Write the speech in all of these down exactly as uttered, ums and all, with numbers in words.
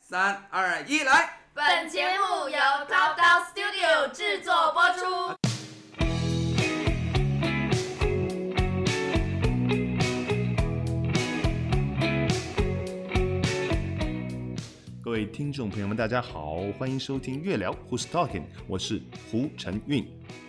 三二一，来！ 本节目由 Top Down Studio 制作播出。 各位听众朋友们，大家好，欢迎收听乐聊 Who's Talking， 我是胡晨运。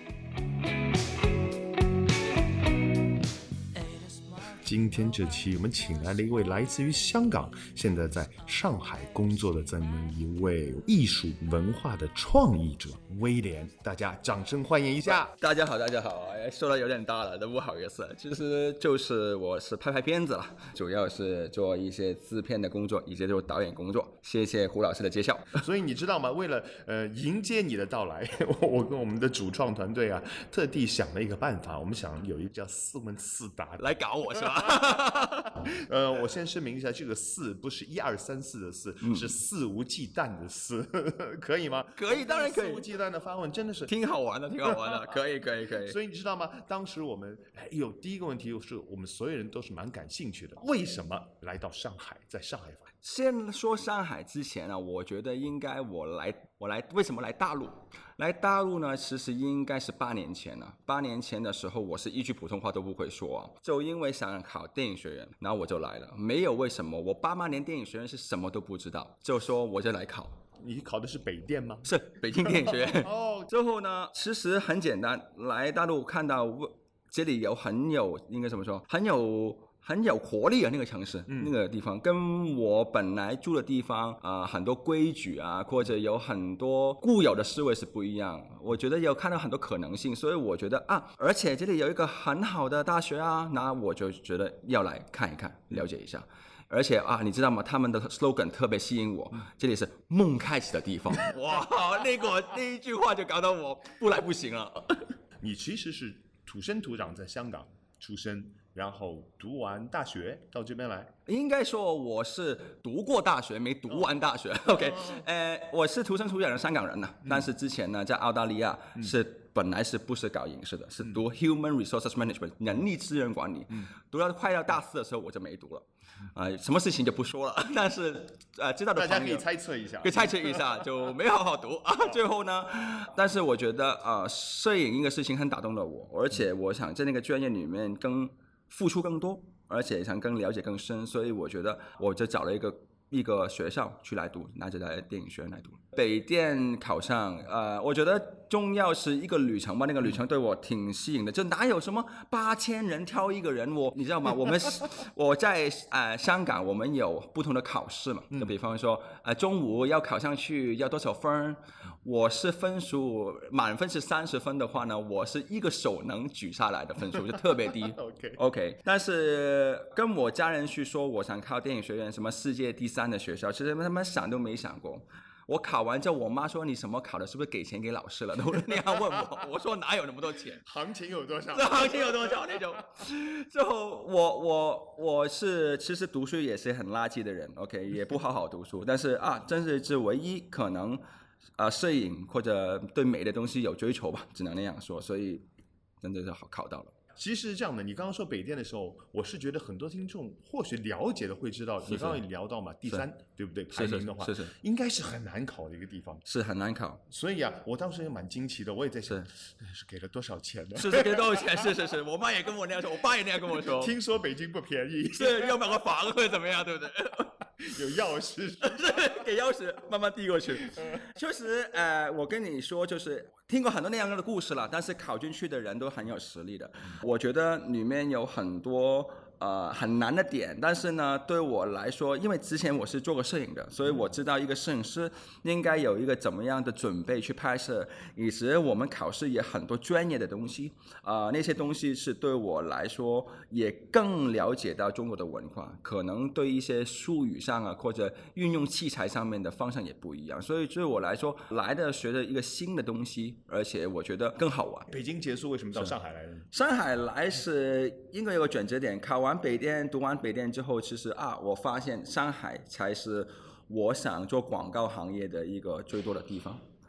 今天这期我们请来了一位来自于香港，现在在上海工作的这么一位艺术文化的创意者威廉，大家掌声欢迎一下。 大家好，大家好，说的有点大了，都不好意思。其实就是我是拍拍片子了，主要是做一些制片的工作，以及做导演工作。谢谢胡老师的介绍。 所以你知道吗？为了呃迎接你的到来，我跟我们的主创团队啊，特地想了一个办法，我们想有一个叫四问四答来搞我是吧？ 呃，我先声明一下，这个四不是一二三四的四，嗯、是肆无忌惮的肆，可以吗？ 可以，当然可以。 肆无忌惮的发问真的是挺好玩的，挺好玩的，可以，可以，可以。 所以你知道吗？当时我们哎呦，第一个问题就是我们所有人都是蛮感兴趣的，为什么来到上海，在上海发展？ 先说上海之前呢、啊，我觉得应该我来，我来为什么来大陆？来大陆呢，其实应该是八年前了。八年前的时候，我是一句普通话都不会说啊，就因为想考电影学院，然后我就来了。没有为什么，我爸妈连电影学院是什么都不知道，就说我就来考。 你考的是北电吗？ 是北京电影学院。 哦， 之后呢，其实很简单，来大陆看到这里有很有应该怎么说，很有。很有活力啊，那个城市、嗯、那个地方跟我本来住的地方啊、呃，很多规矩啊，或者有很多固有的思维是不一样。我觉得有看到很多可能性，所以我觉得啊，而且这里有一个很好的大学啊，那我就觉得要来看一看，了解一下。而且啊，你知道吗？他们的 slogan 特别吸引我，这里是梦开启的地方。哇，那个那一句话就搞到我不来不行了。 你其实是土生土长在香港出生，然后读完大学到这边来。 应该说我是读过大学，没读完大学。Oh. OK， 呃，我是土生土长的香港人呢、啊，嗯、但是之前呢，在澳大利亚是、嗯、本来是不是搞影视的，是读 Human Resources Management 人力资源管理。嗯、读到快到大四的时候，我就没读了。啊、呃，什么事情就不说了，但是呃，知道的朋友大家可以猜测一下， 可以猜测一下，就没好好读啊。最后呢，但是我觉得呃，摄影一个事情很打动了我，而且我想在那个专业里面更付出更多，而且想更了解更深，所以我觉得我就找了一个一个学校去来读，拿着来电影学院来读。北电考上，呃，我觉得重要是一个旅程吧，那个旅程对我挺吸引的。就哪有什么八千人挑一个人，我你知道吗？我们我在呃香港，我们有不同的考试嘛，就比方说呃中午要考上去要多少分？我是分数满分是三十分的话呢，我是一个手能举下来的分数，就特别低。 OK OK， 但是跟我家人去说我想考电影学院，什么世界第三的学校，其实他们想都没想过。我考完之后，我妈说你什么考的，是不是给钱给老师了？都那样问我，我说哪有那么多钱？ 行情有多少？ 行情有多少那种？之后我我我是其实读书也是很垃圾的人 ，OK， 也不好好读书，但是啊，真是是唯一可能啊、呃，摄影或者对美的东西有追求吧，只能那样说，所以真的是好考到了。 其实是这样的，你刚刚说北电的时候，我是觉得很多听众或许了解的会知道，你刚刚也聊到嘛，第三对不对？排名的话， 是是， 应该是很难考的一个地方， 是很难考。 所以啊，我当时也蛮惊奇的，我也在想，是给了多少钱呢？ 是是给多少钱？是是是，我妈也跟我那样说，我爸也那样跟我说。 听说北京不便宜， 是要买个房或者怎么样，对不对？ 有钥匙， 是给钥匙慢慢递过去。确实，呃，我跟你说，就是听过很多那样的故事了，但是考进去的人都很有实力的。我觉得里面有很多呃很难的点，但是呢，对我来说，因为之前我是做过摄影的，所以我知道一个摄影师应该有一个怎么样的准备去拍摄，以及我们考试也很多专业的东西啊、呃，那些东西是对我来说也更了解到中国的文化，可能对一些术语上啊或者运用器材上面的方向也不一样，所以对我来说来的学的一个新的东西，而且我觉得更好玩。 北京结束为什么到上海来呢？ 上海来是应该有个转折点，考完北电读完北电之后，其实啊我发现上海才是我想做广告行业的一个最多的地方。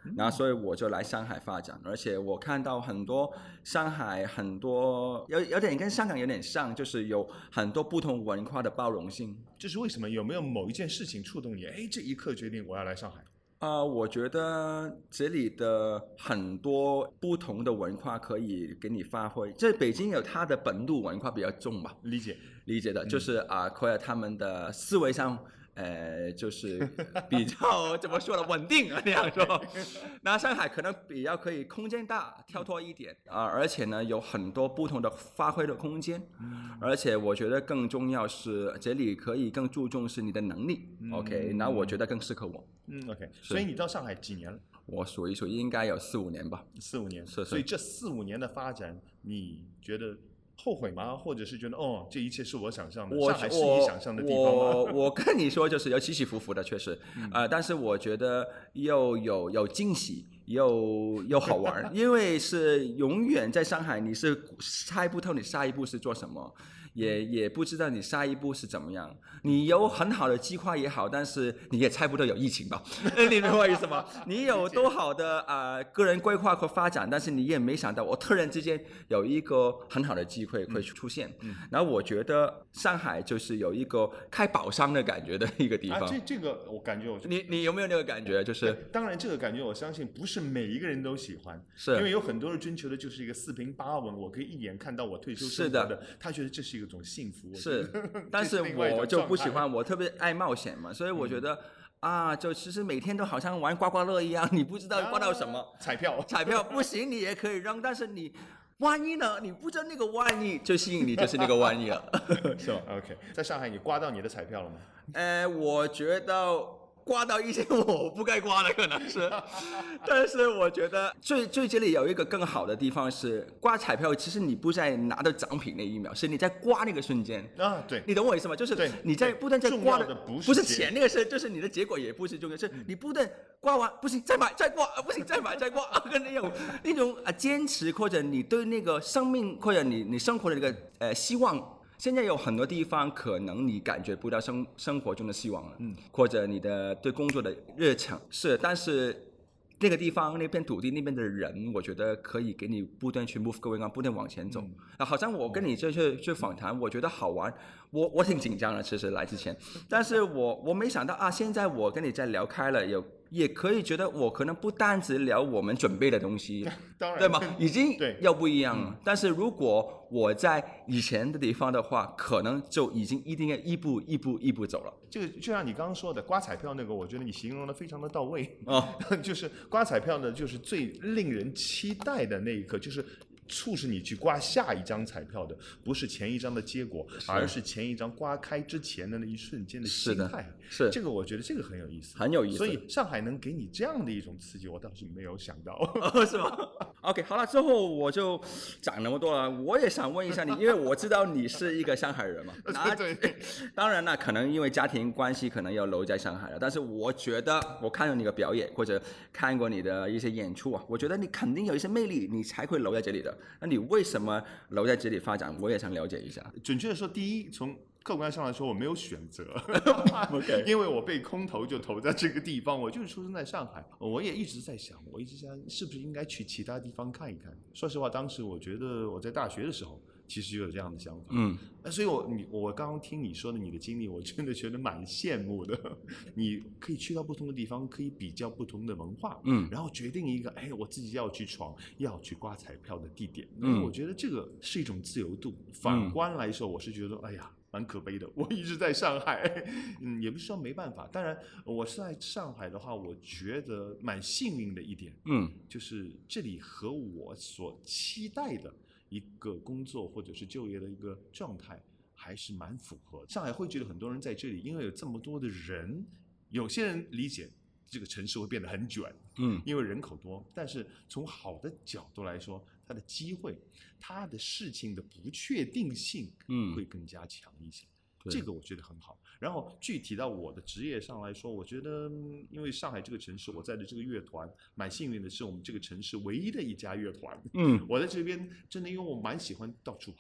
然后所以我就来上海发展，而且我看到很多上海很多有有点跟香港有点像，就是有很多不同文化的包容性。 这是为什么？有没有某一件事情触动你？哎，这一刻决定我要来上海。 呃，我觉得这里的很多不同的文化可以给你发挥。这北京有它的本土文化比较重吧， 理解理解的，就是啊，或者他们的思维上。呃，就是比较怎么说呢，稳定啊，那样说。那上海可能比较可以空间大，跳脱一点啊、呃，而且呢有很多不同的发挥的空间。嗯、而且我觉得更重要是这里可以更注重是你的能力。嗯、OK， 那我觉得更适合我。 嗯 ，OK。所以你到上海几年了？ 我数一数，应该有四五年吧。 四五年， 是是。 所以这四五年的发展，你觉得？后悔吗？或者是觉得哦，这一切是我想象的，上海是你想象的地方吗？ 我我我跟你说，就是有起起伏伏的，确实，嗯、呃，但是我觉得又有有惊喜，又又好玩，因为是永远在上海，你是猜不透你下一步是做什么。也也不知道你下一步是怎么样，你有很好的计划也好，但是你也猜不到有疫情吧？你明白我意思吗？你有多好的啊、呃、个人规划和发展，但是你也没想到，我突然之间有一个很好的机会会出现。嗯嗯、然后我觉得上海就是有一个开宝箱的感觉的一个地方。 啊、这这个我感觉我你你有没有那个感觉？就是当然这个感觉我相信不是每一个人都喜欢， 是因为有很多人追求的就是一个四平八稳，我可以一眼看到我退休生活 的, 的，他觉得这是一种幸福。 是，但是我就不喜欢，我特别爱冒险嘛，所以我觉得、嗯、啊，就其实每天都好像玩刮刮乐一样，你不知道刮到什么、啊、 彩票， 彩票不行，你也可以扔，但是你万一呢？你不知道那个万一就吸引你，就是那个万一了， 是吧 ？OK， 在上海你刮到你的彩票了吗？ 呃，我觉得。刮到一些我不该刮的可能是，但是我觉得最最这里有一个更好的地方是刮彩票，其实你不在拿到奖品那一秒，是你在刮那个瞬间啊，对， 你懂我意思吗？就是你在不断在刮的不是不是钱那个事，就是你的结果也不是重要，是你不断刮完不行再买再刮，不行再买再刮，跟那种那种啊坚持或者你对那个生命或者你你生活的那个呃希望。现在有很多地方可能你感觉不到生生活中的希望了，嗯，或者你的对工作的热情是，但是那个地方那片土地那边的人，我觉得可以给你不断去 move going on， 不断往前走。嗯、啊，好像我跟你这去去访谈，我觉得好玩，我我挺紧张的，其实来之前，但是我我没想到啊，现在我跟你在聊开了有。也可以觉得我可能不单只聊我们准备的东西， 当然对吗？已经要不一样了。 嗯、 但是如果我在以前的地方的话，可能就已经一定要一步一步一步走了。 这个就像你刚刚说的刮彩票那个，我觉得你形容的非常的到位。 哦， 就是刮彩票呢，就是最令人期待的那一刻，就是。促使你去刮下一张彩票的，不是前一张的结果，而是前一张刮开之前的那一瞬间的心态。 是这个，我觉得这个很有意思， 很有意思。 所以上海能给你这样的一种刺激，我倒是没有想到， 哦、是吗 ？OK， 好了，之后我就讲那么多了。我也想问一下你，因为我知道你是一个上海人嘛。 对对。当然了，可能因为家庭关系，可能要留在上海了。但是我觉得，我看过你的表演或者看过你的一些演出啊，我觉得你肯定有一些魅力，你才会留在这里的。那你为什么留在这里发展？我也想了解一下。 准确的说，第一，从客观上来说，我没有选择 ，okay. 因为我被空投就投在这个地方，我就是出生在上海。我也一直在想，我一直想是不是应该去其他地方看一看。说实话，当时我觉得我在大学的时候，其实就有这样的想法。 嗯， 所以我你我刚刚听你说的你的经历，我真的觉得蛮羡慕的。你可以去到不同的地方，可以比较不同的文化， 嗯， 然后决定一个哎，我自己要去闯，要去刮彩票的地点。嗯，我觉得这个是一种自由度。反观来说，我是觉得哎呀。蛮可悲的，我一直在上海，嗯，也不是说没办法。当然，我是在上海的话，我觉得蛮幸运的一点， 嗯， 就是这里和我所期待的一个工作或者是就业的一个状态还是蛮符合。上海会觉得很多人在这里，因为有这么多的人，有些人理解这个城市会变得很卷， 嗯， 因为人口多。但是从好的角度来说，它的机会，它的事情的不确定性，嗯，会更加强一些。嗯、这个我觉得很好。然后具体到我的职业上来说，我觉得因为上海这个城市，我在的这个乐团蛮幸运的是我们这个城市唯一的一家乐团。 嗯， 我在这边真的因为我蛮喜欢到处跑的。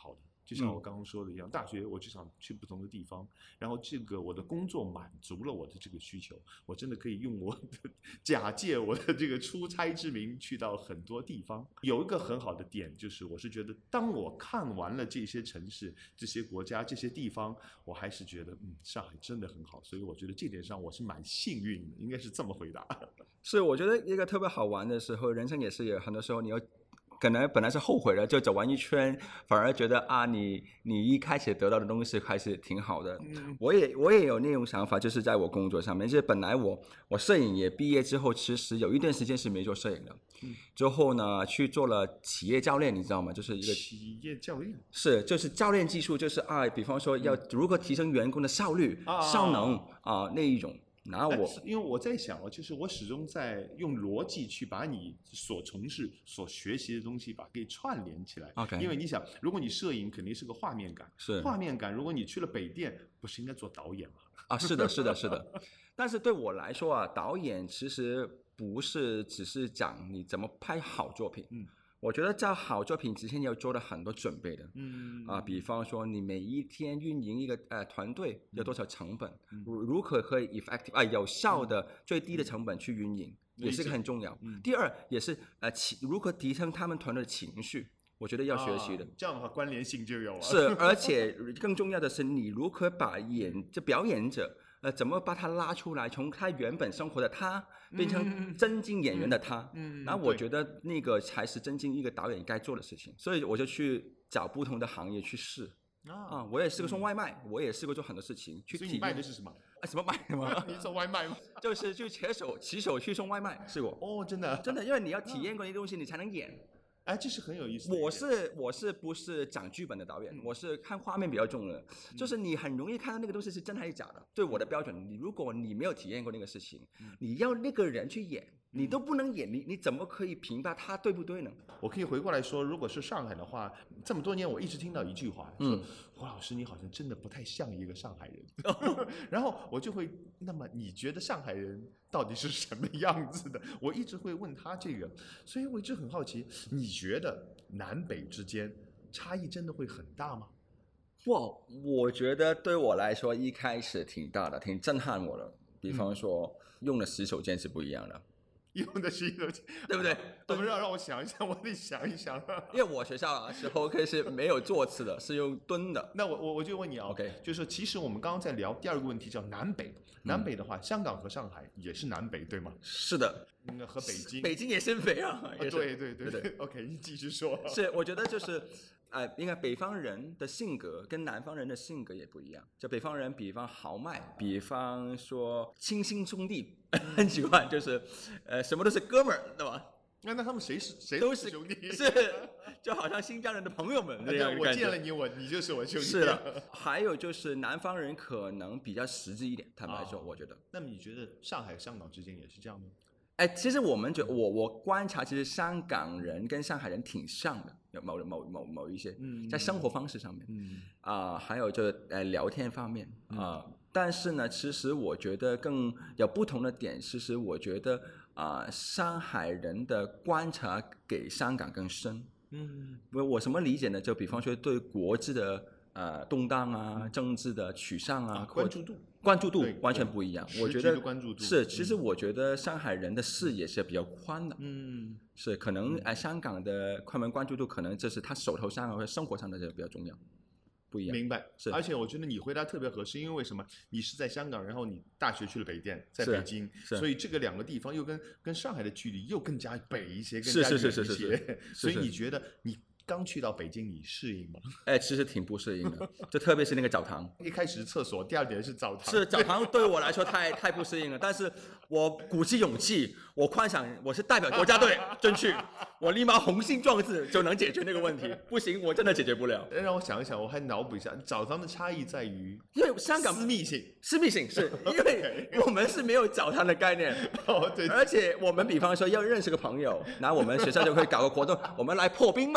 就像我刚刚说的一样，大学我就想去不同的地方，然后这个我的工作满足了我的这个需求，我真的可以用我的假借我的这个出差之名去到很多地方。有一个很好的点就是，我是觉得当我看完了这些城市、这些国家、这些地方，我还是觉得嗯，上海真的很好，所以我觉得这点上我是蛮幸运的，应该是这么回答。 是，我觉得一个特别好玩的时候，人生也是有很多时候你要可能本来是后悔了，就走完一圈，反而觉得啊，你你一开始得到的东西还是挺好的。嗯、我也我也有那种想法，就是在我工作上面，就是本来我我摄影也毕业之后，其实有一段时间是没做摄影的，嗯、之后呢去做了企业教练，你知道吗？就是一个企业教练， 是就是教练技术，就是啊，比方说要如何提升员工的效率、嗯、效能啊、呃、那一种。然后我因为我在想哦，就是我始终在用逻辑去把你所从事、所学习的东西把给串联起来。 OK， 因为你想，如果你摄影肯定是个画面感， 是画面感。如果你去了北电，不是应该做导演吗？ 啊，是的，是的，是的。但是对我来说啊，导演其实不是只是讲你怎么拍好作品。嗯。我觉得在好作品之前要做了很多准备的，嗯啊，比方说你每一天运营一个呃团队有多少成本，嗯、如何可以 effective 啊有效的、嗯、最低的成本去运营，嗯、也是个很重要。嗯、第二也是呃情如何提升他们团队的情绪，我觉得要学习的。 啊、这样的话关联性就有了。 是，而且更重要的是，你如何把演这表演者。呃，怎么把他拉出来，从他原本生活的他变成真正演员的他？嗯，然后我觉得那个才是真正一个导演该做的事情，所以我就去找不同的行业去试。啊, 啊，我也试过送外卖，嗯、我也试过做很多事情去体验。 所以你卖的是什么？ 啊，什么卖的吗？ 你送外卖吗？ 就是就骑手骑手去送外卖，试过。 哦，真的， 真的，因为你要体验过那些东西，你才能演。 哎，这是很有意思的。 我是我是不是讲剧本的导演？嗯、我是看画面比较重的，嗯、就是你很容易看到那个东西是真还是假的。对我的标准，你如果你没有体验过那个事情，嗯、你要那个人去演，你都不能演，你你怎么可以评价他对不对呢？ 我可以回过来说，如果是上海的话，这么多年我一直听到一句话，说、嗯、胡老师你好像真的不太像一个上海人。然后我就会，那么你觉得上海人到底是什么样子的？我一直会问他这个，所以我一直很好奇，你觉得南北之间差异真的会很大吗？ 哇，我觉得对我来说一开始挺大的，挺震撼我的。比方说、嗯、用的洗手间是不一样的。 用的洗手间， 对不对？ 怎么让让我想一想，我得想一想。 因为我学校的时候可以是没有坐次的，是用蹲的。 那我我我就问你啊 ，OK， 就是其实我们刚刚在聊第二个问题叫南北，南北的话，嗯、香港和上海也是南北，对吗？ 是的， 嗯，和北京， 北京也是北啊。 啊对对对 对, 对 ，OK， 你继续说。 是，我觉得就是。呃，应该北方人的性格跟南方人的性格也不一样。就北方人，比方豪迈，比方说亲亲兄弟，很喜欢，就是呃，什么都是哥们儿，对吧？ 那那他们谁是谁都是兄弟？ 是，就好像新疆人的朋友们这样。 我见了你，我你就是我兄弟。 是的。还有就是南方人可能比较实质一点，坦白说，哦、我觉得。 那么你觉得上海、香港之间也是这样吗？ 哎，其实我们觉我我观察，其实香港人跟上海人挺像的，有某某某某一些，嗯、在生活方式上面，嗯啊、呃，还有就是呃聊天方面啊、呃嗯。但是呢，其实我觉得更有不同的点，其实我觉得啊、呃，上海人的观察给香港更深。嗯，我什么理解呢？就比方说对国际的呃动荡啊、政治的取向啊， 啊关注度。 关注度完全不一样，我觉得关注度是，其实我觉得上海人的视野是比较宽的， 嗯， 是可能呃香港的快门关注度可能这是他手头上或者生活上的这个比较重要，不一样。 明白，是。而且我觉得你回答特别合适，因为为什么？你是在香港，然后你大学去了北电，在北京，所以这个两个地方又跟跟上海的距离又更加北一些，更加远一些， 是是是是是是所以你觉得你？刚去到北京，你适应吗？ 哎，其实挺不适应的，就特别是那个澡堂。 一开始是厕所，第二点是澡堂。 是澡堂对我来说太太不适应了，但是我鼓起勇气，我幻想我是代表国家队进去，我立马红心壮志就能解决那个问题。不行，我真的解决不了。 让我想一想，我还脑补一下，澡堂的差异在于， 因为香港私密性， 私密性是因为我们是没有澡堂的概念。 哦，对。 而且我们比方说要认识个朋友，然后我们学校就会搞个活动，我们来破冰吧，对不对？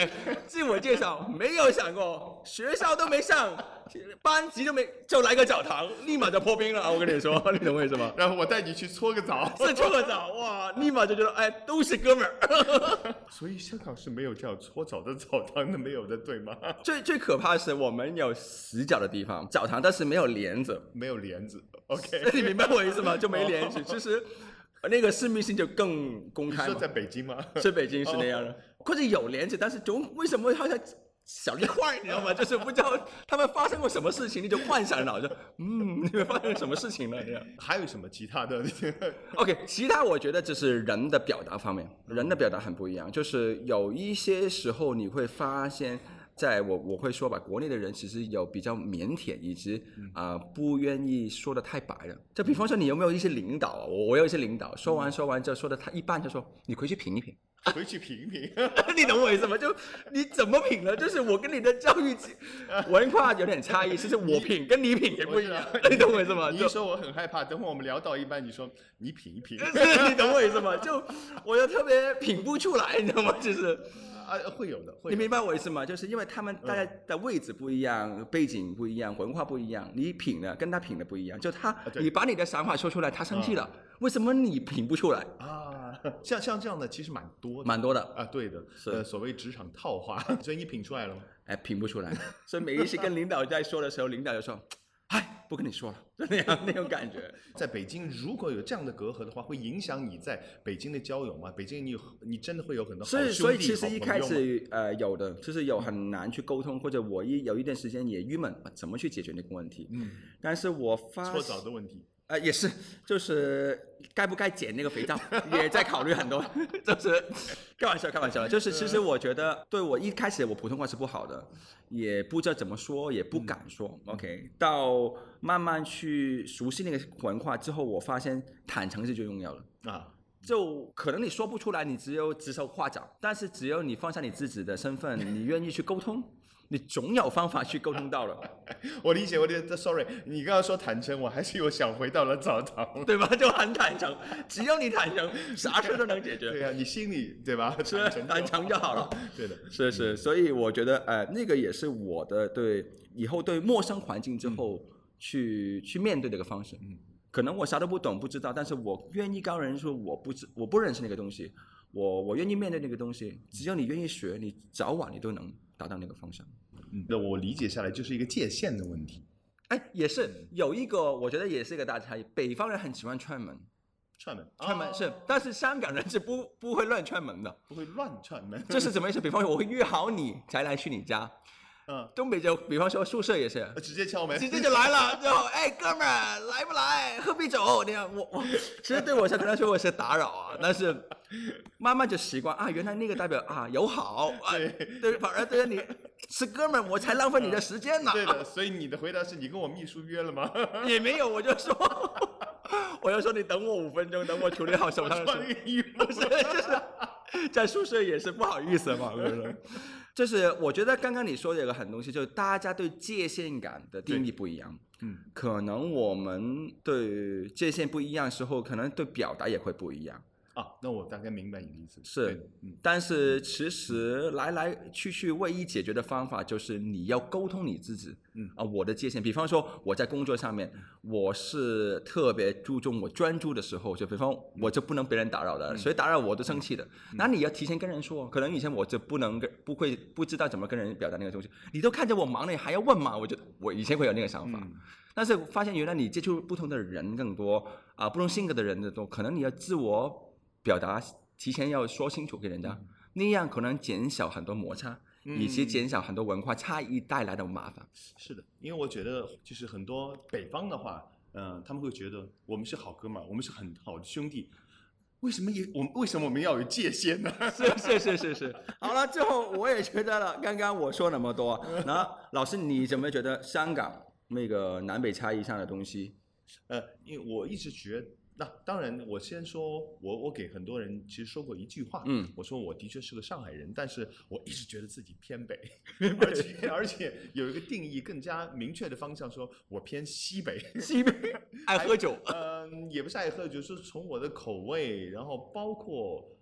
对？自我介绍没有想过，学校都没上，班级都没，就来个澡堂，立马就破冰了。我跟你说，你懂我意思吗？ 然后我带你去搓个澡， 再搓个澡，哇，立马就觉得哎，都是哥们儿。 所以香港是没有叫搓澡的澡堂的，没有的，对吗？ 最最可怕的是，我们有死角的地方，澡堂，但是没有帘子， 没有帘子。OK， 你明白我意思吗？就没帘子，其实那个私密性就更公开嘛。 你说在北京吗？ 是北京是那样的，或者有帘子，但是总为什么好像小一块，你知道吗？就是不知道他们发生过什么事情，你就幻想脑子，嗯，你们发生什么事情了？这样。 还有什么其他的 ？OK， 其他我觉得就是人的表达方面，人的表达很不一样，就是有一些时候你会发现。在我我会说吧，国内的人其实有比较腼腆，以及啊、呃、不愿意说的太白了。就比方说，你有没有一些领导啊？我我有一些领导，说完说完之后说的他一半就说，你回去品一品， 回去品一品， 你懂我意思吗？就你怎么品呢？就是我跟你的教育文化有点差异，其实我品跟你品也不一样，你懂我意思吗？ 你一说我很害怕，等会我们聊到一半，你说你品一品， 你懂我意思吗？就我就特别品不出来，你知道吗？就是。 啊，会有的，会有的。 你明白我意思吗？就是因为他们大家的位置不一样，嗯、背景不一样，文化不一样，你品的跟他品的不一样。就他，啊、你把你的想法说出来，他生气了，啊、为什么你品不出来啊？像像这样的其实蛮多的， 蛮多的啊，对的，是、呃、所谓职场套话，所以你品出来了吗？ 哎，品不出来。所以每一次跟领导在说的时候，领导就说。哎，不跟你说了，就那样那种感觉。 在北京，如果有这样的隔阂的话，会影响你在北京的交友吗？北京你有，你真的会有很多好兄弟。 所以，所以其实一开始呃有的，就是有很难去沟通，或者我一有一段时间也郁闷，怎么去解决那个问题？嗯，但是我发搓澡的问题。 呃，也是，就是该不该剪那个肥皂，也在考虑很多，就是开玩笑，开玩笑，就是其实我觉得，对我一开始我普通话是不好的，也不知道怎么说，也不敢说、嗯、，OK， 到慢慢去熟悉那个文化之后，我发现坦诚是最重要的啊。就可能你说不出来，你只有指手画脚，但是只有你放下你自己的身份，你愿意去沟通。你总有方法去沟通到了。 我理解，我理解。Sorry， 你刚刚说坦诚，我还是有想回到了澡堂， 对吧？就很坦诚，只要你坦诚，啥事都能解决。 对啊，你心里对吧？ 是坦诚就好了。 对的， 是是，所以我觉得，呃，那个也是我的对以后对陌生环境之后去、嗯、去面对的一个方式。嗯，可能我啥都不懂不知道，但是我愿意告人说我不知我不认识那个东西，我我愿意面对那个东西，只要你愿意学，你早晚你都能达到那个方向。 嗯，那我理解下来就是一个界限的问题。 哎，也是有一个，我觉得也是一个大差异。北方人很喜欢串门， 串门， 串门、哦、是， 哦、 但是香港人是不不会乱串门的， 不会乱串门。 这是什么意思？比方说，我会约好你才来去你家。嗯，东北就比方说宿舍也是， 直接敲门， 直接就来了，之后哎哥们儿来不来，喝啤酒？那样我我其实对我可能说我是打扰啊，但是慢慢就习惯啊，原来那个代表啊友好，啊、对对，反而对你是哥们儿，我才浪费你的时间呢。 对的，所以你的回答是你跟我秘书约了吗？ 也没有，我就说。我就说你等我五分钟，等我处理好手上的事。不是，就是在宿舍也是不好意思嘛，对不对？就是我觉得刚刚你说的有个很东西，就是大家对界限感的定义不一样。嗯，可能我们对界限不一样的时候，可能对表达也会不一样。 啊，那我大概明白你的意思。 是，嗯、但是其实来来去去唯一解决的方法就是你要沟通你自己。嗯啊，我的界限，比方说我在工作上面，我是特别注重我专注的时候，就比方我就不能别人打扰的，嗯、谁打扰我都生气的。嗯、那你要提前跟人说，可能以前我就不能跟不会不知道怎么跟人表达那个东西，你都看着我忙了，你还要问吗？我就我以前会有那个想法。嗯，但是发现原来你接触不同的人更多啊、呃，不同性格的人的多，可能你要自我表达提前要说清楚给人家，嗯、那样可能减少很多摩擦，嗯、以及减少很多文化差异带来的麻烦。 是的，因为我觉得就是很多北方的话，嗯、呃，他们会觉得我们是好哥们儿，我们是很好的兄弟。为什么也我们为什么我们要有界限呢？ 是是是是是。好了，最后我也觉得了，刚刚我说那么多，那老师你怎么觉得香港那个南北差异上的东西？ 呃，因为我一直觉得。那当然，我先说，我我给很多人其实说过一句话，嗯，我说我的确是个上海人，但是我一直觉得自己偏北，而且而且有一个定义更加明确的方向，说我偏西北， 西北爱喝酒， 嗯、呃，也不是爱喝酒，是从我的口味，然后包括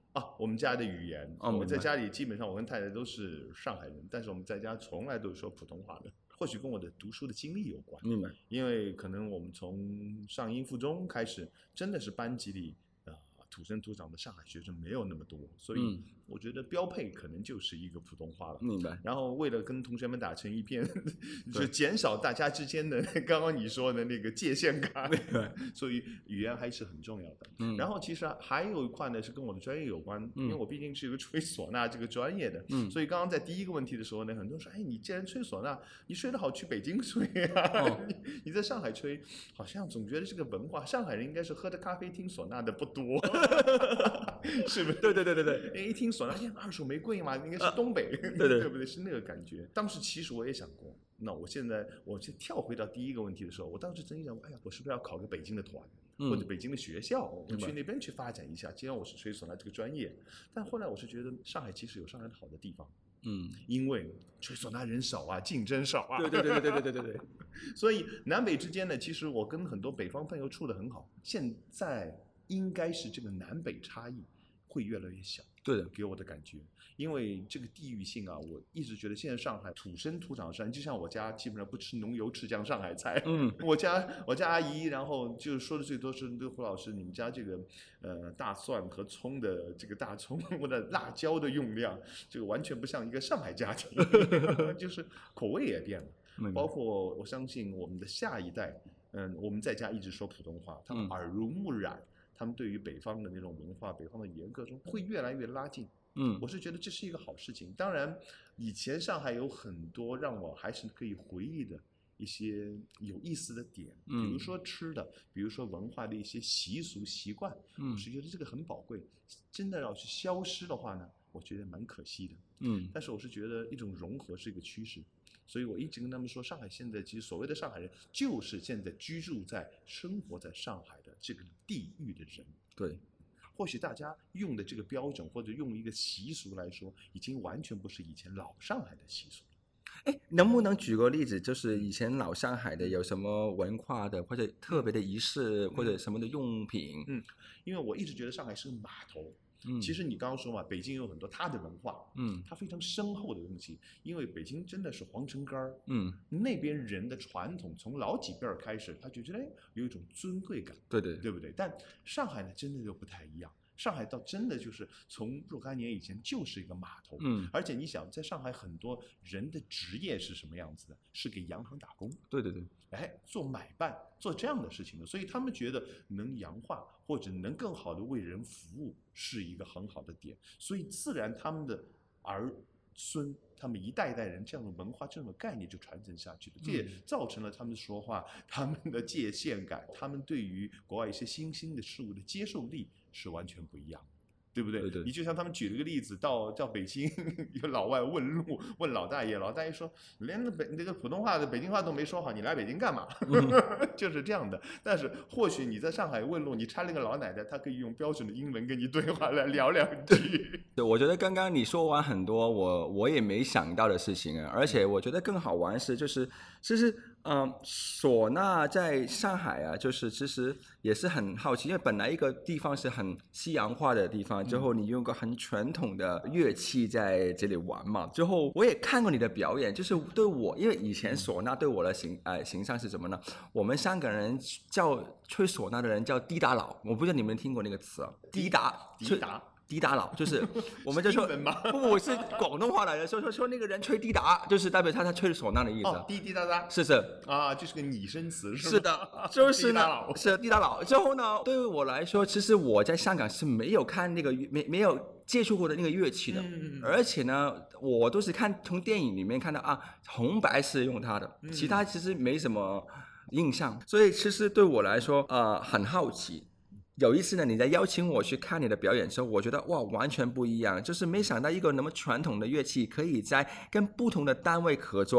啊，我们家的语言， 哦、 我在家里基本上我跟太太都是上海人，但是我们在家从来都是说普通话的，或许跟我的读书的经历有关。 明白。 因为可能我们从上英附中开始，真的是班级里呃土生土长的上海学生没有那么多，所以我觉得标配可能就是一个普通话了。 明白。 然后为了跟同学们打成一片，就减少大家之间的刚刚你说的那个界限感，所以语言还是很重要的。嗯、然后其实还有一块呢是跟我的专业有关，嗯、因为我毕竟是一个吹唢呐这个专业的，嗯、所以刚刚在第一个问题的时候呢，很多人说，哎，你既然吹唢呐，你吹得好去北京吹啊，哦、你, 你在上海吹，好像总觉得这个文化，上海人应该是喝着咖啡听唢呐的不多，是不是？ 对对对对对， 哎，一听唢呐，哎，二手玫瑰嘛，应该是东北，啊、对, 对, 对不对？是那个感觉。当时其实我也想过，那我现在我去跳回到第一个问题的时候，我当时真想，哎呀，我是不是要考个北京的团，嗯、或者北京的学校，我去那边去发展一下？既然我是吹唢呐这个专业，但后来我是觉得上海其实有上海的好的地方。嗯，因为吹唢呐人少啊，竞争少啊。 对对对对对对对对。 所以南北之间呢，其实我跟很多北方朋友处得很好。现在应该是这个南北差异会越来越小。 对的， 给我的感觉，因为这个地域性啊，我一直觉得现在上海土生土长山，就像我家基本上不吃浓油赤酱上海菜。嗯，我家我家阿姨，然后就说的最多是对胡老师，你们家这个呃大蒜和葱的这个大葱或者辣椒的用量，这个完全不像一个上海家庭，就是口味也变了。包括我相信我们的下一代，嗯，我们在家一直说普通话，他们耳濡目染。他们对于北方的那种文化、北方的严格中会越来越拉近，嗯，我是觉得这是一个好事情。当然，以前上海有很多让我还是可以回忆的一些有意思的点，嗯、比如说吃的，比如说文化的一些习俗习惯，嗯，我是觉得这个很宝贵。真的要去消失的话呢，我觉得蛮可惜的，嗯。但是我是觉得一种融合是一个趋势。所以我一直跟他们说，上海现在其实所谓的上海人，就是现在居住在、生活在上海的这个地域的人。 对， 或许大家用的这个标准或者用一个习俗来说，已经完全不是以前老上海的习俗了。 哎，能不能举个例子，就是以前老上海的有什么文化的或者特别的仪式、嗯、或者什么的用品？ 嗯，因为我一直觉得上海是个码头。嗯，其实你刚刚说嘛，北京有很多它的文化，嗯，它非常深厚的东西，因为北京真的是皇城根儿，嗯，那边人的传统从老几辈儿开始，他就觉得哎有一种尊贵感， 对对， 对不对？但上海呢，真的就不太一样。上海倒真的就是从若干年以前就是一个码头，嗯，而且你想，在上海很多人的职业是什么样子的？是给洋行打工， 对对对， 哎，做买办，做这样的事情的，所以他们觉得能洋化或者能更好的为人服务是一个很好的点，所以自然他们的儿孙，他们一代一代人这样的文化、这种概念就传承下去了，这也造成了他们说话、他们的界限感，他们对于国外一些新兴的事物的接受力是完全不一样的。对不对？ 对对， 你就像他们举了个例子，到到北京有老外问路，问老大爷，老大爷说连那北那个普通话的北京话都没说好，你来北京干嘛？嗯、就是这样的。但是或许你在上海问路，你拆了个老奶奶，她可以用标准的英文跟你对话来聊两句。 对，我觉得刚刚你说完很多我我也没想到的事情啊，而且我觉得更好玩是就是其实嗯、呃，唢呐在上海啊，就是其实也是很好奇，因为本来一个地方是很西洋化的地方。之后你用个很传统的乐器在这里玩嘛，之后我也看过你的表演，就是对我，因为以前唢呐对我的形呃形象是什么呢？我们香港人叫吹唢呐的人叫滴打佬，我不知道你们听过那个词啊，滴打滴打。 滴打佬就是我们就说不是广东话来的，说说说那个人吹滴打，就是代表他他吹唢呐的意思。 哦，滴滴答答， 是是啊，就是个拟声词，是是的，就是呢，是滴打佬。之后呢，对于我来说，其实我在香港是没有看那个没没有接触过的那个乐器的，嗯、而且呢，我都是看从电影里面看到啊，红白是用它的，其他其实没什么印象，所以其实对我来说，呃，很好奇。有一次呢，你在邀请我去看你的表演的时候，我觉得哇，完全不一样，就是没想到一个那么传统的乐器，可以在跟不同的单位合作，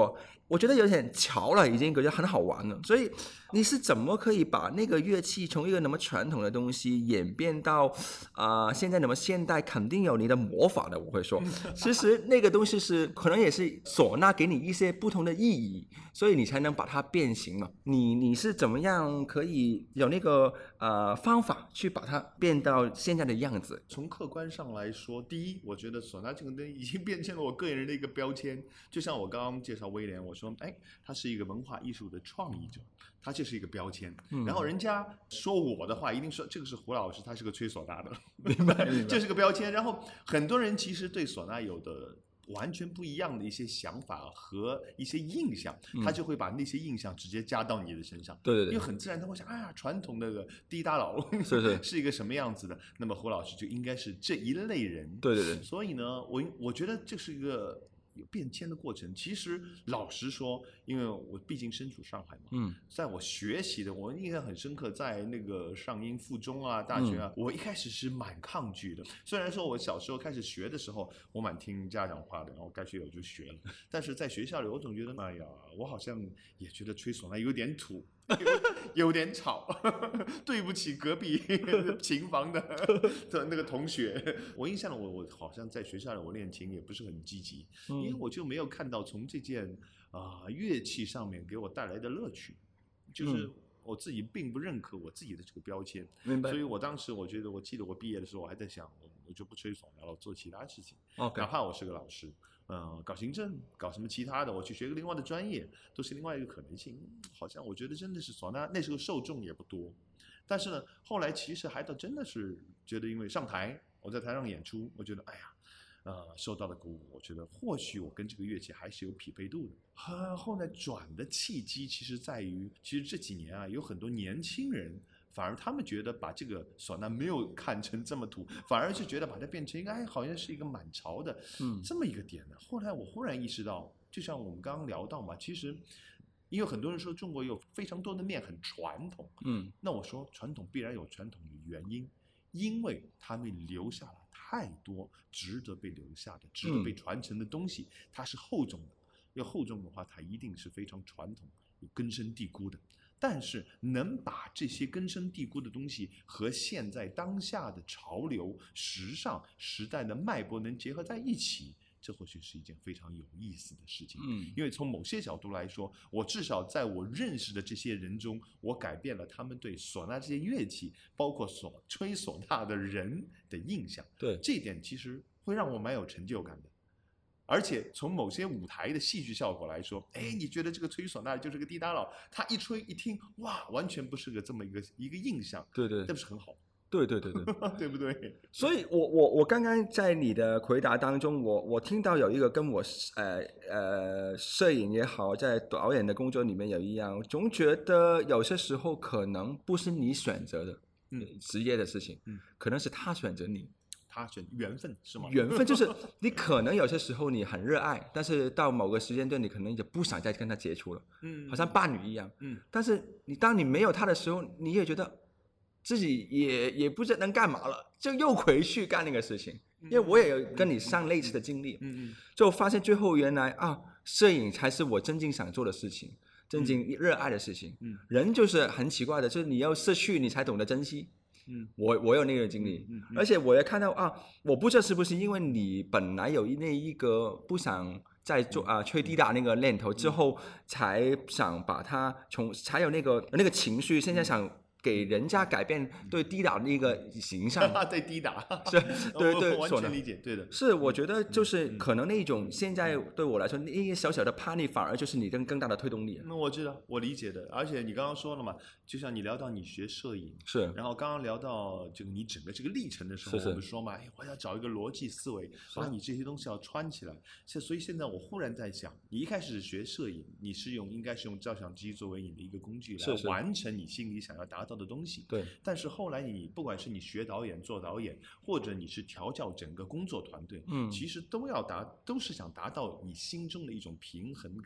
我觉得有点潮了，已经觉得很好玩了。所以你是怎么可以把那个乐器从一个那么传统的东西演变到啊、呃、现在那么现代，肯定有你的魔法的。我会说，其实那个东西是可能也是唢呐给你一些不同的意义，所以你才能把它变形嘛。你你是怎么样可以有那个呃方法去把它变到现在的样子？ 从客观上来说，第一，我觉得唢呐这个东西已经变成了我个人的一个标签。就像我刚刚介绍威廉，我说，哎，他是一个文化艺术的创意者，他就是一个标签。嗯、然后人家说我的话，一定说这个是胡老师，他是个吹唢呐的， 明白？明白， 这是个标签。然后很多人其实对唢呐有的完全不一样的一些想法和一些印象，他就会把那些印象直接加到你的身上。 对对对， 因为很自然他会想，哎呀，传统的滴答佬是是是一个什么样子的？那么胡老师就应该是这一类人。 对对对， 所以呢，我我觉得这是一个有变迁的过程。其实老实说，因为我毕竟身处上海嘛，嗯，在我学习的，我印象很深刻，在那个上音附中啊、大学啊，嗯、我一开始是蛮抗拒的。虽然说我小时候开始学的时候，我蛮听家长话的，然后该学我就学了。但是在学校里，我总觉得，哎呀，我好像也觉得吹唢呐有点土。有, 有点吵，对不起隔壁琴房的的那个同学。我印象了，我我好像在学校里我练琴也不是很积极，嗯、因为我就没有看到从这件啊、呃、乐器上面给我带来的乐趣，就是我自己并不认可我自己的这个标签。 明白。 所以我当时我觉得，我记得我毕业的时候，我还在想，我我就不吹唢呐了，做其他事情。 Okay. 哪怕我是个老师。呃，搞行政，搞什么其他的，我去学个另外的专业，都是另外一个可能性。好像我觉得真的是唢呐，那时候受众也不多。但是呢，后来其实还倒真的是觉得，因为上台，我在台上演出，我觉得，哎呀，呃，受到了鼓舞。我觉得或许我跟这个乐器还是有匹配度的。啊，后来转的契机，其实在于，其实这几年啊，有很多年轻人。反而他们觉得把这个唢呐没有看成这么土，反而是觉得把它变成一个哎，好像是一个蛮潮的，嗯，这么一个点呢。后来我忽然意识到，就像我们刚刚聊到嘛，其实因为很多人说中国有非常多的面很传统，嗯，那我说传统必然有传统的原因，因为他们留下了太多值得被留下的、值得被传承的东西，它是厚重的。要厚重的话，它一定是非常传统、有根深蒂固的。但是能把这些根深蒂固的东西和现在当下的潮流、时尚、时代的脉搏能结合在一起，这或许是一件非常有意思的事情。嗯，因为从某些角度来说，我至少在我认识的这些人中，我改变了他们对唢呐这些乐器，包括所吹唢呐的人的印象。 对， 这一点其实会让我蛮有成就感的。而且从某些舞台的戏剧效果来说，哎，你觉得这个吹唢呐就是个滴答佬，他一吹一听，哇，完全不是个这么一个一个印象。 对对， 这不是很好？ 对对对对， 对不对？ 所以我我我刚刚在你的回答当中，我我听到有一个跟我呃呃摄影也好，在导演的工作里面有一样，总觉得有些时候可能不是你选择的，嗯，职业的事情，嗯，可能是他选择你。 他选缘分是吗？ 缘分就是你可能有些时候你很热爱，但是到某个时间段你可能也不想再跟他接触了，嗯，好像伴侣一样，嗯。但是你当你没有他的时候，你也觉得自己也也不知道能干嘛了，就又回去干那个事情。因为我也有跟你上类似的经历，嗯嗯，就发现最后原来啊，摄影才是我真正想做的事情，真正热爱的事情。嗯，人就是很奇怪的，就是你要失去你才懂得珍惜。嗯，我我有那个经历，嗯嗯、而且我也看到啊，我不知道是不是因为你本来有那一个不想再做啊吹滴答那个念头之后，才想把它从才有那个那个情绪，现在想给人家改变对滴答的一个形象。 对滴答， 是，对对， 我完全理解，对的。 是，我觉得就是可能那种现在对我来说，那一小小的叛逆，反而就是你更更大的推动力。 那我知道，我理解的。而且你刚刚说了嘛，就像你聊到你学摄影， 是， 然后刚刚聊到这个你整个这个历程的时候， 是是我们说嘛，哎，我要找一个逻辑思维，把你这些东西要穿起来。所以现在我忽然在想，你一开始学摄影，你是用应该是用照相机作为你的一个工具来完成你心里想要达到的东西。 对。 但是后来你不管是你学导演做导演，或者你是调教整个工作团队，嗯，其实都要达都是想达到你心中的一种平衡感，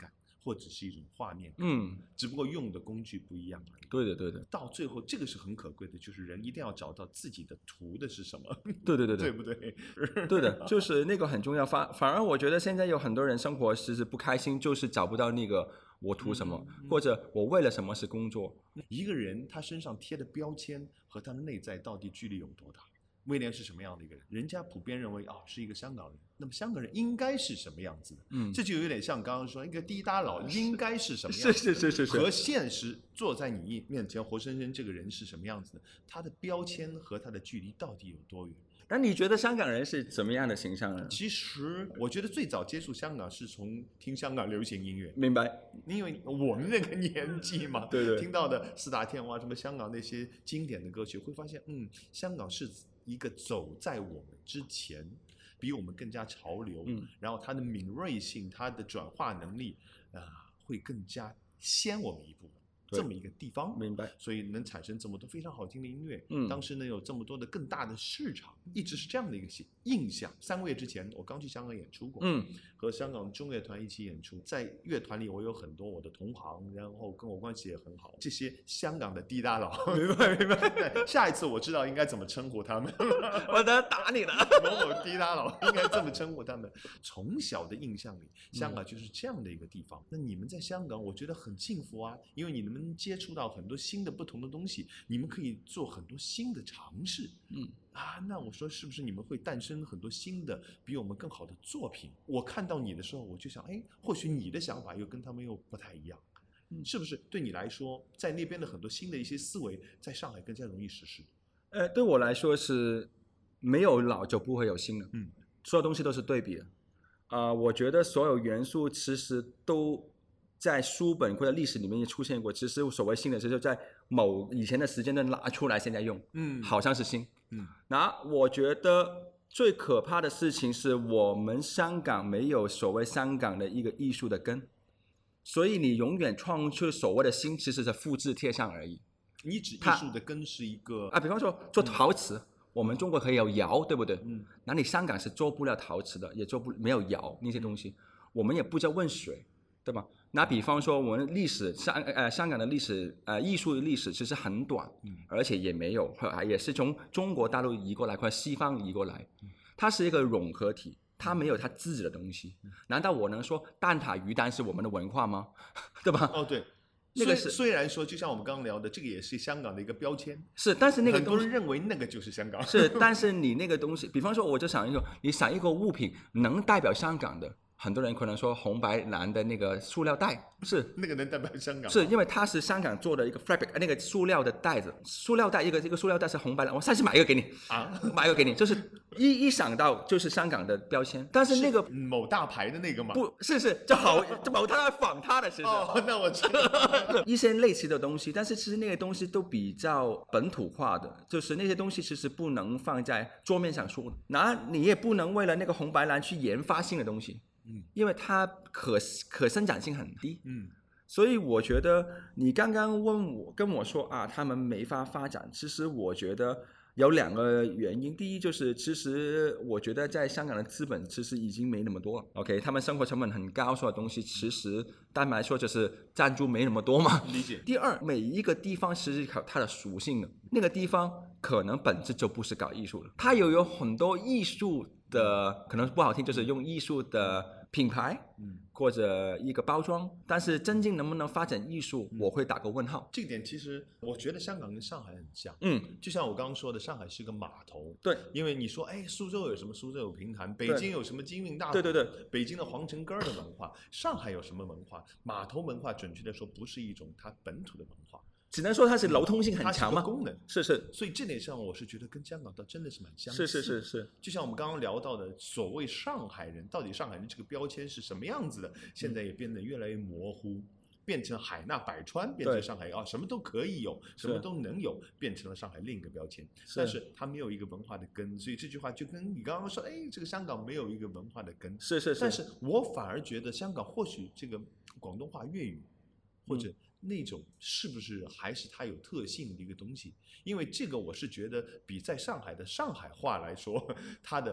或者是一种画面感， 嗯， 只不过用的工具不一样而已。 对的对的， 到最后这个是很可贵的，就是人一定要找到自己的图的是什么， 对对对对不对？ 对的，就是那个很重要。反反而我觉得现在有很多人生活其实不开心，就是找不到那个我图什么， 嗯、 或者我为了什么是工作。 一个人他身上贴的标签和他的内在到底距离有多大？威廉是什么样的一个人？人家普遍认为啊、哦、是一个香港人，那么香港人应该是什么样子的？嗯，这就有点像刚刚说一个滴答佬应该是什么样子的？ 是是是是是。 和现实坐在你面前活生生这个人是什么样子的？他的标签和他的距离到底有多远？ 那你觉得香港人是怎么样的形象呢？ 其实我觉得最早接触香港是从听香港流行音乐， 明白？ 因为我们那个年纪嘛， 对对， 听到的四大天王什么香港那些经典的歌曲，会发现，嗯，香港是一个走在我们之前，比我们更加潮流，嗯，然后它的敏锐性、它的转化能力，啊、呃，会更加先我们一步。这么一个地方， 明白， 所以能产生这么多非常好听的音乐。 嗯， 当时呢有这么多的更大的市场，一直是这样的一个印象。三个月之前，我刚去香港演出过，嗯，和香港中乐团一起演出，在乐团里我有很多我的同行，然后跟我关系也很好。这些香港的滴答佬， 明白明白。 对，下一次我知道应该怎么称呼他们， 我等下打你了。 某某滴答佬应该这么称呼他们。从小的印象里，香港就是这样的一个地方。嗯、那你们在香港，我觉得很幸福啊，因为你们接触到很多新的不同的东西，你们可以做很多新的尝试。嗯啊，那我说是不是你们会诞生很多新的比我们更好的作品？我看到你的时候，我就想，哎，或许你的想法又跟他们又不太一样，嗯，是不是对你来说，在那边的很多新的一些思维，在上海更加容易实施？ 呃，对我来说是没有老就不会有新的， 嗯， 所有东西都是对比的。啊、呃，我觉得所有元素其实都在书本或者历史里面也出现过，其实所谓新的，其实在某以前的时间段拿出来现在用，嗯，好像是新，嗯。那我觉得最可怕的事情是我们香港没有所谓香港的一个艺术的根，所以你永远创出所谓的新，其实是复制贴上而已。 你指艺术的根是一个啊，比方说做陶瓷。嗯，我们中国可以有窑，对不对？嗯，那你香港是做不了陶瓷的，也做不没有窑那些东西，我们也不叫问水，对吧？那比方说我们历史香呃香港的历史呃艺术的历史其实很短，嗯，而且也没有也是从中国大陆移过来或西方移过来，它是一个融合体，它没有它自己的东西。难道我能说蛋挞鱼蛋是我们的文化吗？对吧？ 哦，对。那个是虽然说，就像我们刚刚聊的，这个也是香港的一个标签， 是，但是那个很多人认为那个就是香港， 是，但是你那个东西，比方说，我就想一个，你想一个物品能代表香港的，很多人可能说红白蓝的那个塑料袋，是那个能代表香港， 是因为它是香港做的一个 fabric， 那个塑料的袋子，塑料袋一个一个塑料袋是红白蓝，我下次买一个给你啊，买一个给你，就是一一想到就是香港的标签，但是那个是某大牌的那个吗？ 不是，是就好，就某他在仿他的，其实哦，那我知道一些类似的东西，但是其实那些东西都比较本土化的，就是那些东西其实不能放在桌面上说，那你也不能为了那个红白蓝去研发新的东西。嗯，因为它可可生长性很低，嗯，所以我觉得你刚刚问我跟我说啊，他们没法发展，其实我觉得有两个原因，第一就是其实我觉得在香港的资本其实已经没那么多了 ，OK， 他们生活成本很高，所有东西其实坦白说就是赞助没那么多嘛， 理解。 第二，每一个地方其实有它的属性的，那个地方可能本质就不是搞艺术的，它有有很多艺术的，可能不好听，就是用艺术的品牌，嗯，或者一个包装，但是真正能不能发展艺术，我会打个问号。 这点其实我觉得香港跟上海很像， 嗯， 就像我刚刚说的，上海是个码头， 对， 因为你说，哎，苏州有什么？苏州有评弹，北京有什么金韵大对对对， 北京的皇城根儿的文化，上海有什么文化？码头文化，准确的说，不是一种它本土的文化。 只能说它是流通性很强嘛， 功能是是， 所以这点上我是觉得跟香港倒真的是蛮相是似。 是是是， 就像我们刚刚聊到的，所谓上海人，到底上海人这个标签是什么样子的？现在也变得越来越模糊，变成海纳百川，变成上海啊，什么都可以有，什么都能有，变成了上海另一个标签。但是它没有一个文化的根，所以这句话就跟你刚刚说，哎，这个香港没有一个文化的根， 是是是。 但是我反而觉得香港或许这个广东话、粤语或者、嗯。那种是不是还是它有特性的一个东西？因为这个我是觉得比在上海的上海话来说，它的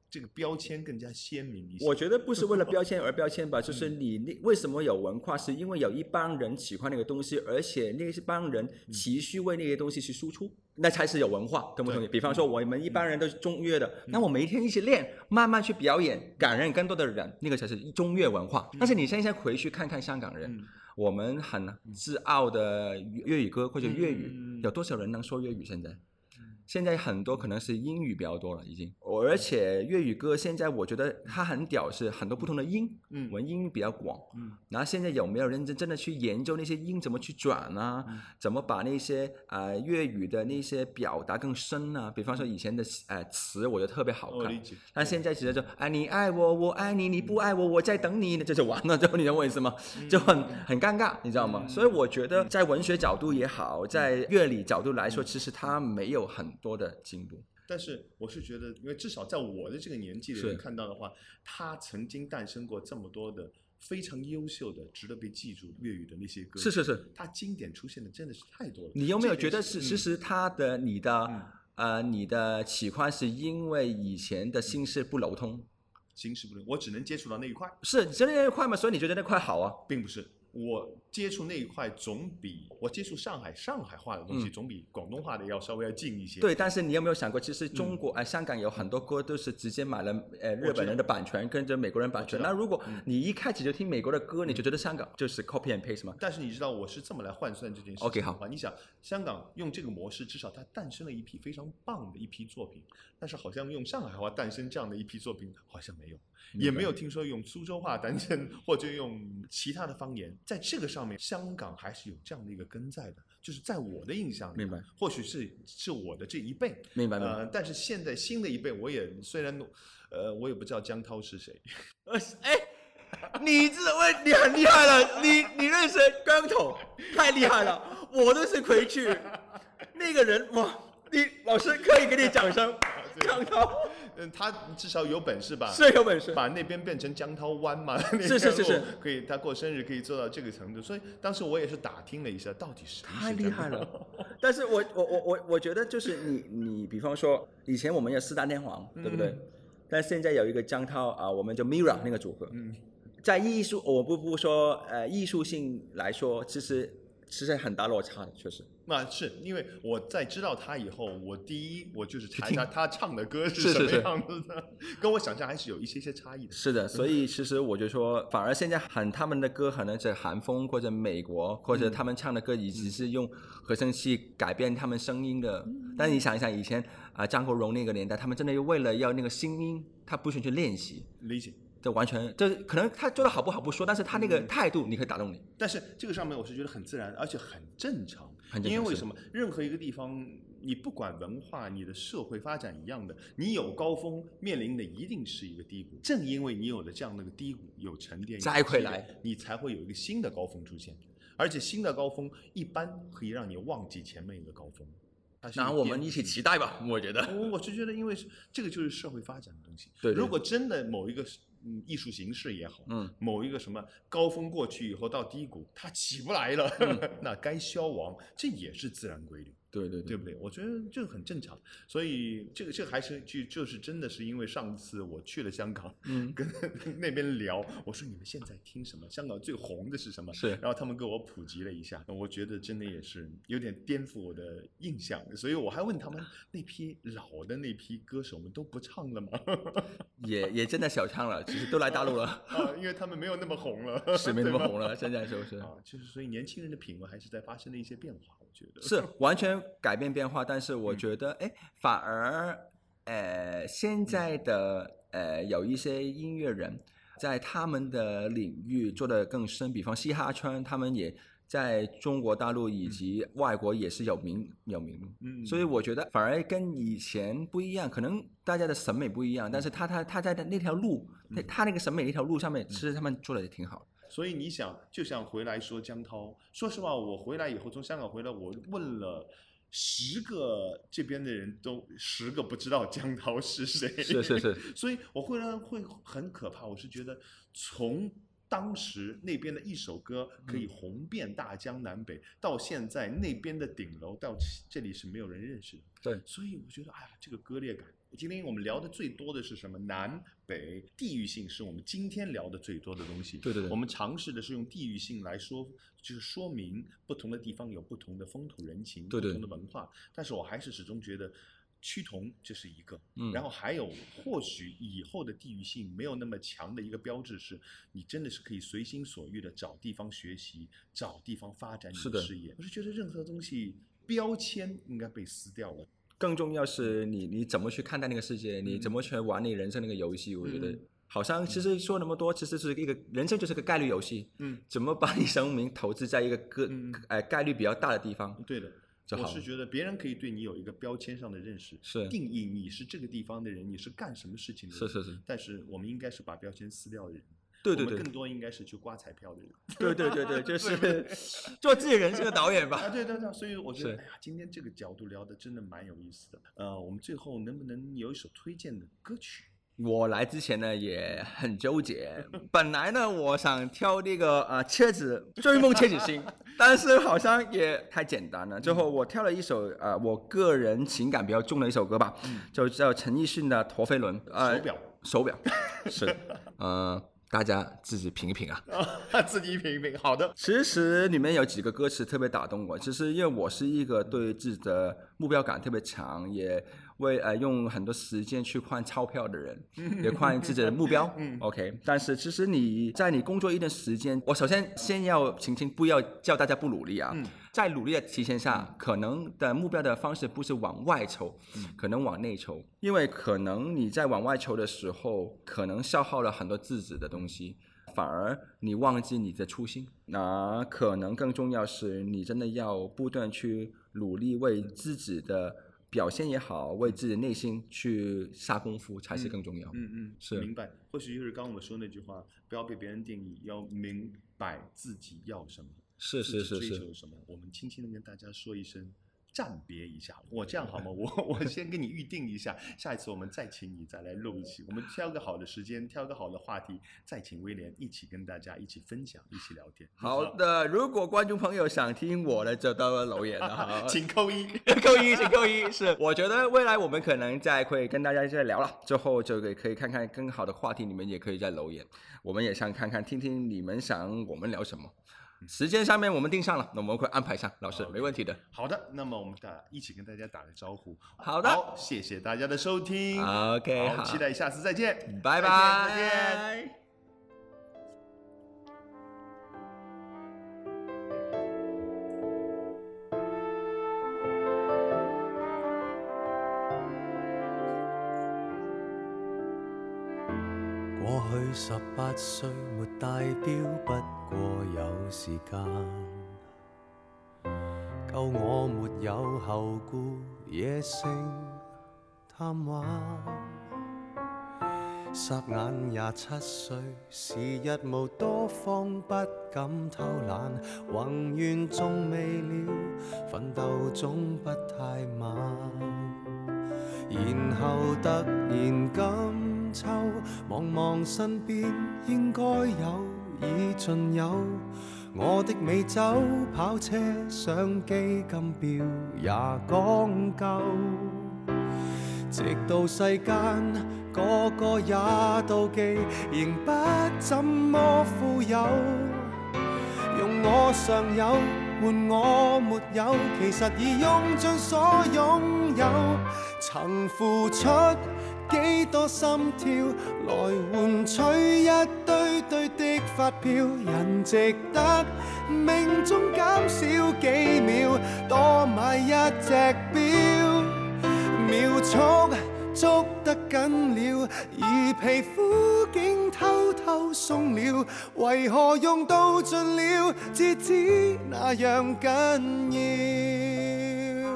这个标签更加鲜明一些。 我觉得不是为了标签而标签吧，就是你那为什么有文化，是因为有一帮人喜欢那个东西，而且那一帮人急需为那些东西去输出，那才是有文化，懂不懂？比方说我们一般人都是中乐的，那我每一天一起练，慢慢去表演，感染更多的人，那个才是中乐文化。但是你现在回去看看香港人，我们很自傲的粤语歌或者粤语，有多少人能说粤语现在？现在很多可能是英语比较多了，已经。而且粤语歌现在我觉得它很屌，是很多不同的音，嗯，我们音比较广，嗯。然后现在有没有认真真的去研究那些音怎么去转啊？嗯、怎么把那些呃粤语的那些表达更深啊？比方说以前的呃词，我觉得特别好看。但现在其实就啊，你爱我，我爱你，你不爱我，我在等你，这就完了，就你懂我意思吗？就很很尴尬，你知道吗？所以我觉得在文学角度也好，在乐理角度来说，其实它没有很多的进步。 但是我是觉得，因为至少在我的这个年纪的人看到的话，它曾经诞生过这么多的非常优秀的、值得被记住粤语的那些歌， 是是是， 它经典出现的真的是太多了。 你有没有觉得是，其实它的你的、嗯、呃你的喜欢是因为以前的心事不流通？ 心事不流通，我只能接触到那一块， 是只能那一块嘛？所以你觉得那块好啊？ 并不是。我接触那一块总比我接触上海上海话的东西，总比广东话的要稍微要近一些。 对，但是你有没有想过，其实中国、嗯、呃香港有很多歌都是直接买了呃日本人的版权，跟着美国人版权。那如果你一开始就听美国的歌，嗯、你就觉得香港就是 copy and paste 吗？ 但是你知道我是这么来换算这件事情。 OK 好， 你想香港用这个模式，至少它诞生了一批非常棒的一批作品，但是好像用上海话诞生这样的一批作品好像没有。也没有听说用苏州话诞生，或者用其他的方言，在这个上面，香港还是有这样的一个根在的，就是在我的印象里， 明白？ 或许是是我的这一辈， 明白？呃， 但是现在新的一辈，我也虽然，呃，我也不知道江涛是谁， 呃，哎，你这位你很厉害了，你你认识光头，太厉害了，我都是回去，那个人哇，你老师可以给你掌声，光头。 嗯，他至少有本事吧？ 是有本事， 把那边变成江涛湾嘛？ 是是是是， 可以，他过生日可以做到这个程度。所以当时我也是打听了一下，到底是太厉害了。但是我我我我我觉得就是你你比方说以前我们有四大天王，对不对？嗯、但现在有一个江涛啊，我们就 Mirror 那个组合。嗯，在艺术我不不说呃艺术性来说，其实其实很大落差的，确实。 那是因为我在知道他以后，我第一我就是查一下他唱的歌是什么样子的，是是是跟我想象还是有一些些差异的。 是的，所以其实我就说，反而现在很他们的歌可能是韩风或者美国，或者他们唱的歌也只是用合成器改变他们声音的。嗯、但是你想一想，以前啊、呃、张国荣那个年代，他们真的为了要那个新音，他不需要去练习。 理解。 这完全，这可能他做的好不好不说，但是他那个态度你可以打动你。 但是这个上面我是觉得很自然，而且很正常。 很正常。 因为为什么？任何一个地方，你不管文化、你的社会发展一样的，你有高峰，面临的一定是一个低谷。正因为你有了这样的一个低谷，有沉淀， 再回来， 你才会有一个新的高峰出现。而且新的高峰一般可以让你忘记前面一个高峰。 那我们一起期待吧，我觉得。 我我是觉得，因为这个就是社会发展的东西。 对对。 如果真的某一个嗯艺术形式也好，嗯，某一个什么高峰过去以后到低谷，它起不来了，嗯、那该消亡，这也是自然规律。 对对 对, 对不对？我觉得这个很正常，所以这个这个还是就就是真的是因为上次我去了香港，嗯，跟那边聊，我说你们现在听什么？香港最红的是什么？ 是， 然后他们给我普及了一下，我觉得真的也是有点颠覆我的印象，所以我还问他们那批老的那批歌手们都不唱了吗？ 也也真的小唱了，其实都来大陆了啊，因为他们没有那么红了， 是没那么红了，现在是不是？ 啊，就是所以年轻人的品味还是在发生了一些变化，我觉得是完全改变变化，但是我觉得哎、嗯，反而呃现在的呃有一些音乐人在他们的领域做得更深，比方嘻哈圈，他们也在中国大陆以及外国也是有名有名，嗯，所以我觉得反而跟以前不一样，可能大家的审美不一样，但是他他他在那条路，嗯、他那个审美那条路上面，其实他们做的也挺好的。 所以你想，就像回来说江涛，说实话，我回来以后从香港回来，我问了十个这边的人都十个不知道江涛是谁， 是是是， 所以我回来会很可怕。我是觉得从当时那边的一首歌可以红遍大江南北，嗯、到现在那边的顶楼到这里是没有人认识的。 对， 所以我觉得，哎呀，这个割裂感。今天我们聊的最多的是什么？南北地域性是我们今天聊的最多的东西。 对对对， 我们尝试的是用地域性来说，就是说明不同的地方有不同的风土人情， 对对， 不同的文化。但是我还是始终觉得。趋同这是一个， 嗯， 然后还有或许以后的地域性没有那么强的一个标志是，你真的是可以随心所欲的找地方学习，找地方发展你的事业。我是觉得任何东西标签应该被撕掉了。 更重要是你你怎么去看待那个世界，嗯、你怎么去玩你人生那个游戏。我觉得好像其实说那么多，其实是一个人生就是个概率游戏。嗯，怎么把你生命投资在一个个、嗯、呃概率比较大的地方？ 对的。我是觉得别人可以对你有一个标签上的认识， 是定义你是这个地方的人，你是干什么事情的人， 是是是。 但是我们应该是把标签撕掉的人， 对对对， 我们更多应该是去刮彩票的人， 对对对对，就是做自己人生的导演吧。 啊，对对对，所以我觉得，哎呀，今天这个角度聊的真的蛮有意思的。呃，我们最后能不能有一首推荐的歌曲？ 我来之前呢也很纠结，本来呢我想挑那个呃切子追梦切子心，但是好像也太简单了。最后我挑了一首呃我个人情感比较重的一首歌吧，嗯、就叫陈奕迅的《陀飞轮》。呃， 手表， 手表是呃。大家自己评一评啊， 自己评一评。好的。 其实里面有几个歌词特别打动我，其实因为我是一个对自己的目标感特别强，也为呃用很多时间去换钞票的人，也换自己的目标。嗯 OK， 但是其实你在你工作一段时间，我首先先要澄清，不要叫大家不努力啊。嗯，在努力的提前下，可能的目标的方式不是往外抽，嗯、可能往内抽，因为可能你在往外抽的时候，可能消耗了很多自己的东西。东西反而你忘记你的初心，那可能更重要是你真的要不断去努力，为自己的表现也好，为自己内心去下功夫才是更重要。 嗯 嗯, 嗯，是明白。或许就是刚刚我说那句话，不要被别人定义，要明白自己要什么， 是是是是， 追求什么。我们轻轻的跟大家说一声。暂别一下，我这样好吗？我我先跟你预定一下，下一次我们再请你再来录一期，我们挑个好的时间，挑个好的话题，再请威廉一起跟大家一起分享，一起聊天。 好的，如果观众朋友想听我的，就都留言了， 请扣一， 扣一，请扣一。是，我觉得未来我们可能再会跟大家再聊了，之后就可以看看更好的话题，你们也可以再留言，我们也想看看听听你们想我们聊什么。时间上面我们定上了，那我们会安排上，老师、okay. 没问题的。 好的，那么我们打一起跟大家打个招呼。 好的， 好，谢谢大家的收听。 OK， 好，期待下次再见， 拜拜， 再见。再见。 過去十八歲沒帶錶，不過有時間夠我沒有後顧，野性貪玩。霎眼廿七歲，時日無多方，不敢偷懶，宏願仲未了，奮鬥總不太晚。然後突然今秋，望望身邊應該有已盡有，我的美酒跑車相機金錶也講究，直到世間個個也妒忌，仍不怎麼富有，用我尚有換我沒有，其實已用盡所擁有，曾付出幾多心跳來換取一堆堆的發票，人值得命中減少幾秒，多買一隻錶，秒速捉得緊了，而皮膚竟偷偷鬆了，為何用到盡了，至知那樣緊要。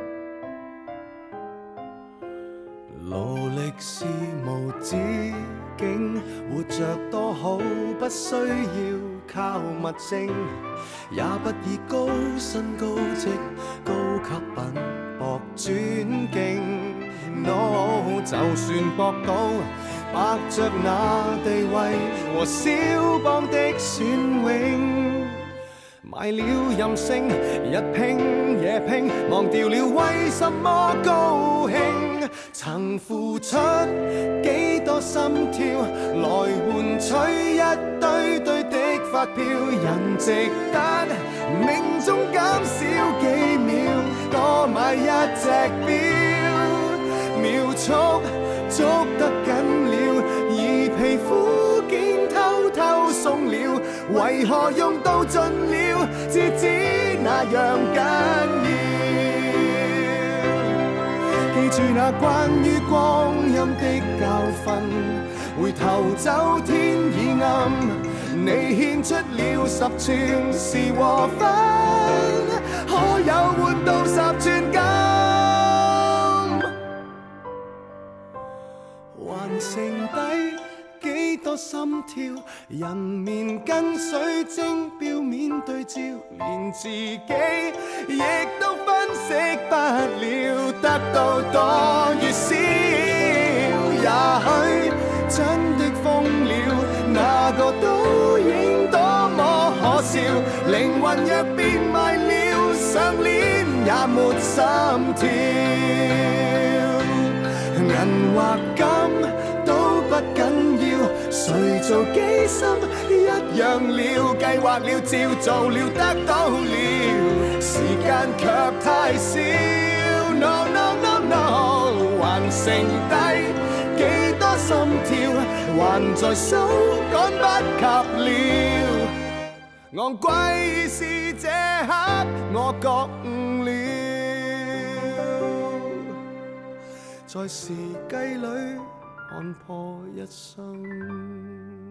勞力是無止境，活着多好，不需要靠物證，也不以高薪高職高級品博尊敬。No， 就算博到白着那地位和蕭邦的選永，賣了任性，日拼夜拼，忘掉了為什麼高興。曾付出幾多心跳，來換取一堆堆的發票，人值得命中減少幾秒，多買一隻錶，秒速捉得緊了，而皮膚竟偷偷鬆了，為何用到盡了，至知那樣緊要。記住那關於光陰的教訓，回頭走天已暗，你獻出了十寸是和分，可有換到十寸金？還剩低幾多心跳？人面跟水晶表面對照，連自己亦都分析不了，得到多與少，也許真的瘋了，那個倒影多麼可笑，靈魂若變賣了，上鏈也沒心跳，銀或金都不緊要，誰做機心一樣了，計劃了照做了得到了，時間卻太少。 No no no no， 還剩低幾多心跳，還在數趕不及了，昂貴是這刻我覺悟了，在時計裏看破一生。